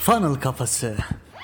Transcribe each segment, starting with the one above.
Funnel Kafası.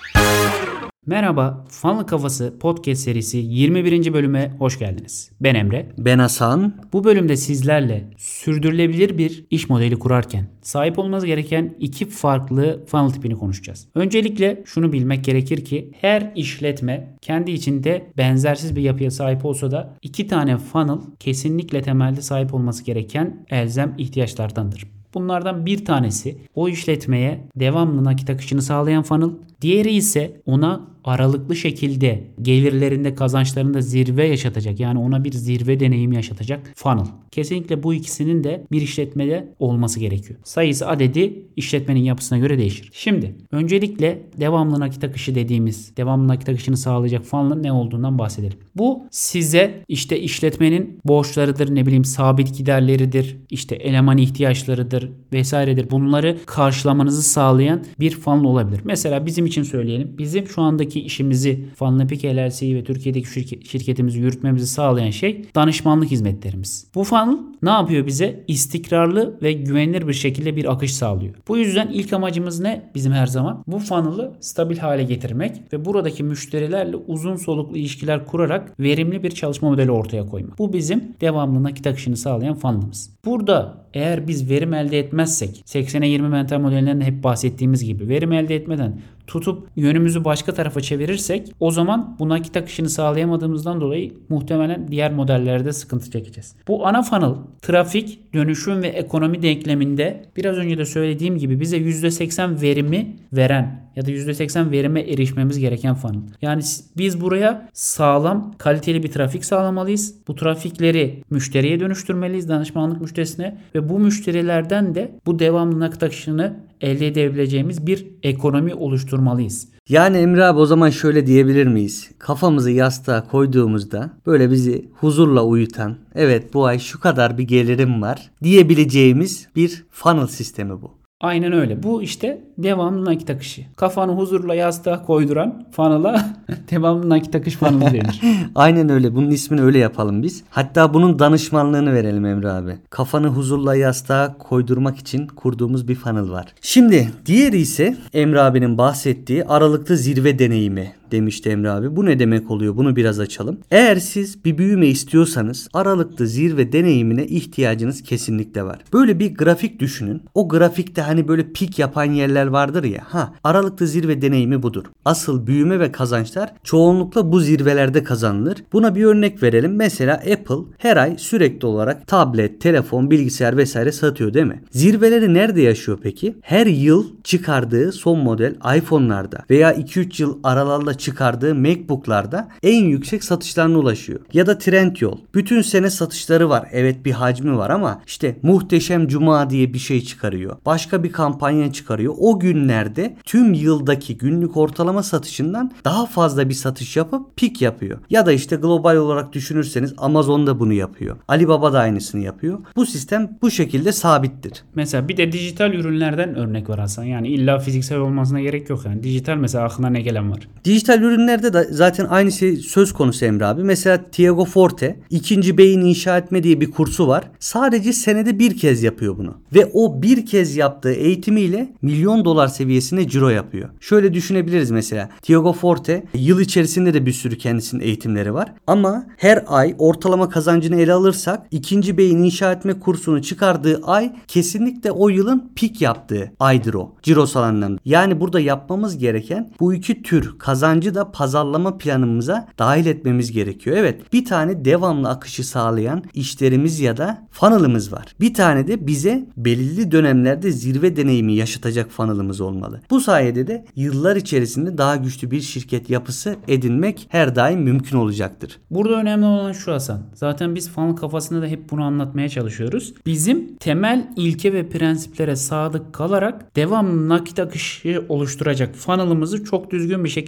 Merhaba, Funnel Kafası podcast serisi 21. bölüme hoş geldiniz. Ben Emre. Ben Hasan. Bu bölümde sizlerle sürdürülebilir bir iş modeli kurarken sahip olmanız gereken iki farklı funnel tipini konuşacağız. Öncelikle şunu bilmek gerekir ki her işletme kendi içinde benzersiz bir yapıya sahip olsa da iki tane funnel kesinlikle temelde sahip olması gereken elzem ihtiyaçlardandır. Bunlardan bir tanesi o işletmeye devamlı nakit akışını sağlayan funnel, diğeri ise ona aralıklı şekilde gelirlerinde, kazançlarında zirve yaşatacak, yani ona bir zirve deneyimi yaşatacak funnel. Kesinlikle bu ikisinin de bir işletmede olması gerekiyor. Sayısı, adedi işletmenin yapısına göre değişir. Şimdi öncelikle devamlı nakit akışı dediğimiz, devamlı nakit akışını sağlayacak funnel'ın ne olduğundan bahsedelim. Bu size işte işletmenin borçlarıdır, sabit giderleridir, işte eleman ihtiyaçlarıdır vesairedir. Bunları karşılamanızı sağlayan bir funnel olabilir. Mesela bizim için söyleyelim. Bizim şu andaki işimizi Funnelpeak LLC'yi ve Türkiye'deki şirketimizi yürütmemizi sağlayan şey danışmanlık hizmetlerimiz. Bu funnel ne yapıyor bize? İstikrarlı ve güvenilir bir şekilde bir akış sağlıyor. Bu yüzden ilk amacımız ne? Bizim her zaman bu funnel'ı stabil hale getirmek ve buradaki müşterilerle uzun soluklu ilişkiler kurarak verimli bir çalışma modeli ortaya koymak. Bu bizim devamlı nakit akışını sağlayan funnel'ımız. Burada eğer biz verim elde etmezsek, 80'e 20 mental modelinden de hep bahsettiğimiz gibi verim elde etmeden tutup yönümüzü başka tarafa çevirirsek, o zaman bu nakit akışını sağlayamadığımızdan dolayı muhtemelen diğer modellerde sıkıntı çekeceğiz. Bu ana funnel trafik, dönüşüm ve ekonomi denkleminde biraz önce de söylediğim gibi bize %80 verimi veren ya da %80 verime erişmemiz gereken funnel. Yani biz buraya sağlam, kaliteli bir trafik sağlamalıyız. Bu trafikleri müşteriye dönüştürmeliyiz, danışmanlık müşterisine, ve bu müşterilerden de bu devamlı nakit akışını elde edebileceğimiz bir ekonomi oluşturmalıyız. Yani Emre abi, o zaman şöyle diyebilir miyiz? Kafamızı yastığa koyduğumuzda böyle bizi huzurla uyutan, evet bu ay şu kadar bir gelirim var diyebileceğimiz bir funnel sistemi bu. Aynen öyle. Bu işte devamlı nakit akışı. Kafanı huzurla yastığa koyduran funnel'a devamlı nakit akış funnel denir. Aynen öyle. Bunun ismini öyle yapalım biz. Hatta bunun danışmanlığını verelim Emre abi. Kafanı huzurla yastığa koydurmak için kurduğumuz bir funnel var. Şimdi diğeri ise Emre abinin bahsettiği aralıklı zirve deneyimi demişti Emre abi. Bu ne demek oluyor? Bunu biraz açalım. Eğer siz bir büyüme istiyorsanız aralıklı zirve deneyimine ihtiyacınız kesinlikle var. Böyle bir grafik düşünün. O grafikte hani böyle pik yapan yerler vardır ya. Aralıklı zirve deneyimi budur. Asıl büyüme ve kazançlar çoğunlukla bu zirvelerde kazanılır. Buna bir örnek verelim. Mesela Apple her ay sürekli olarak tablet, telefon, bilgisayar vesaire satıyor değil mi? Zirveleri nerede yaşıyor peki? Her yıl çıkardığı son model iPhone'larda veya 2-3 yıl aralarla çıkardığı MacBook'larda en yüksek satışlarına ulaşıyor. Ya da Trendyol. Bütün sene satışları var. Evet, bir hacmi var ama işte Muhteşem Cuma diye bir şey çıkarıyor. Başka bir kampanya çıkarıyor. O günlerde tüm yıldaki günlük ortalama satışından daha fazla bir satış yapıp pik yapıyor. Ya da işte global olarak düşünürseniz Amazon da bunu yapıyor. Alibaba da aynısını yapıyor. Bu sistem bu şekilde sabittir. Mesela bir de dijital ürünlerden örnek var Hasan. Yani illa fiziksel olmasına gerek yok yani. Dijital mesela aklına ne gelen var? Dijital ürünlerde de zaten aynı şey söz konusu Emre abi. Mesela Tiago Forte ikinci beyin inşa etme diye bir kursu var. Sadece senede bir kez yapıyor bunu. Ve o bir kez yaptığı eğitimiyle $1 milyon seviyesine ciro yapıyor. Şöyle düşünebiliriz mesela. Tiago Forte yıl içerisinde de bir sürü kendisinin eğitimleri var. Ama her ay ortalama kazancını ele alırsak ikinci beyin inşa etme kursunu çıkardığı ay kesinlikle o yılın pik yaptığı aydır o. Cirosal anlamda. Yani burada yapmamız gereken bu iki tür kazancı da pazarlama planımıza dahil etmemiz gerekiyor. Evet, bir tane devamlı akışı sağlayan işlerimiz ya da funnel'ımız var. Bir tane de bize belirli dönemlerde zirve deneyimi yaşatacak funnel'ımız olmalı. Bu sayede de yıllar içerisinde daha güçlü bir şirket yapısı edinmek her daim mümkün olacaktır. Burada önemli olan şu Hasan. Zaten biz funnel kafasında da hep bunu anlatmaya çalışıyoruz. Bizim temel ilke ve prensiplere sadık kalarak devamlı nakit akışı oluşturacak funnel'ımızı çok düzgün bir şekilde inşa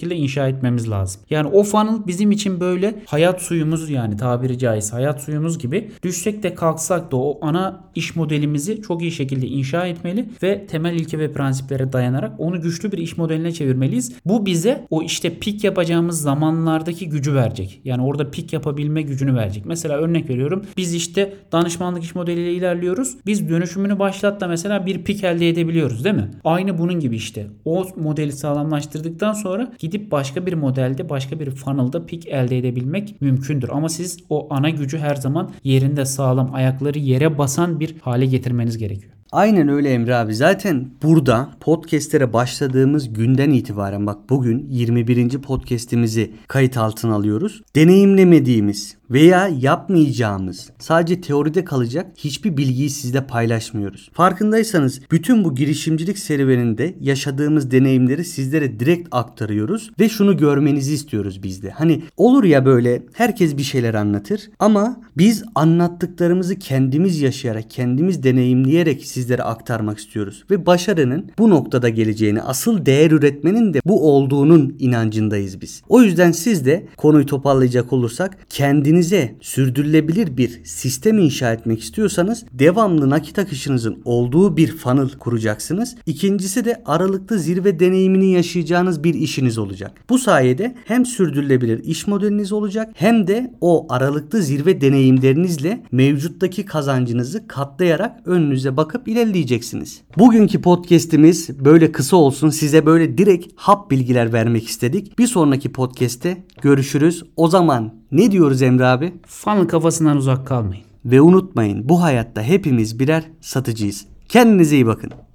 inşa etmemiz lazım. Yani o funnel bizim için böyle hayat suyumuz, yani tabiri caizse hayat suyumuz gibi. Düşsek de kalksak da o ana iş modelimizi çok iyi şekilde inşa etmeli ve temel ilke ve prensiplere dayanarak onu güçlü bir iş modeline çevirmeliyiz. Bu bize o işte pik yapacağımız zamanlardaki gücü verecek. Yani orada pik yapabilme gücünü verecek. Mesela örnek veriyorum. Biz işte danışmanlık iş modeliyle ilerliyoruz. Biz dönüşümünü başlat da mesela bir pik elde edebiliyoruz, değil mi? Aynı bunun gibi işte. O modeli sağlamlaştırdıktan sonra gidip başka bir modelde, başka bir funnel'da pik elde edebilmek mümkündür. Ama siz o ana gücü her zaman yerinde sağlam, ayakları yere basan bir hale getirmeniz gerekiyor. Aynen öyle Emre abi. Zaten burada podcastlere başladığımız günden itibaren, bak bugün 21. podcastimizi kayıt altına alıyoruz. Deneyimlemediğimiz veya yapmayacağımız, sadece teoride kalacak hiçbir bilgiyi sizle paylaşmıyoruz. Farkındaysanız bütün bu girişimcilik serüveninde yaşadığımız deneyimleri sizlere direkt aktarıyoruz ve şunu görmenizi istiyoruz biz de. Hani olur ya, böyle herkes bir şeyler anlatır ama biz anlattıklarımızı kendimiz yaşayarak, kendimiz deneyimleyerek sizlere aktarmak istiyoruz. Ve başarının bu noktada geleceğini, asıl değer üretmenin de bu olduğunun inancındayız biz. O yüzden siz de, konuyu toparlayacak olursak, kendinize sürdürülebilir bir sistem inşa etmek istiyorsanız devamlı nakit akışınızın olduğu bir funnel kuracaksınız. İkincisi de aralıklı zirve deneyimini yaşayacağınız bir işiniz olacak. Bu sayede hem sürdürülebilir iş modeliniz olacak hem de o aralıklı zirve deneyimlerinizle mevcuttaki kazancınızı katlayarak önünüze bakıp ilerleyeceksiniz. Bugünkü podcast'imiz böyle kısa olsun. Size böyle direkt hap bilgiler vermek istedik. Bir sonraki podcast'te görüşürüz. O zaman ne diyoruz Emre abi? Funnel kafasından uzak kalmayın. Ve unutmayın, bu hayatta hepimiz birer satıcıyız. Kendinize iyi bakın.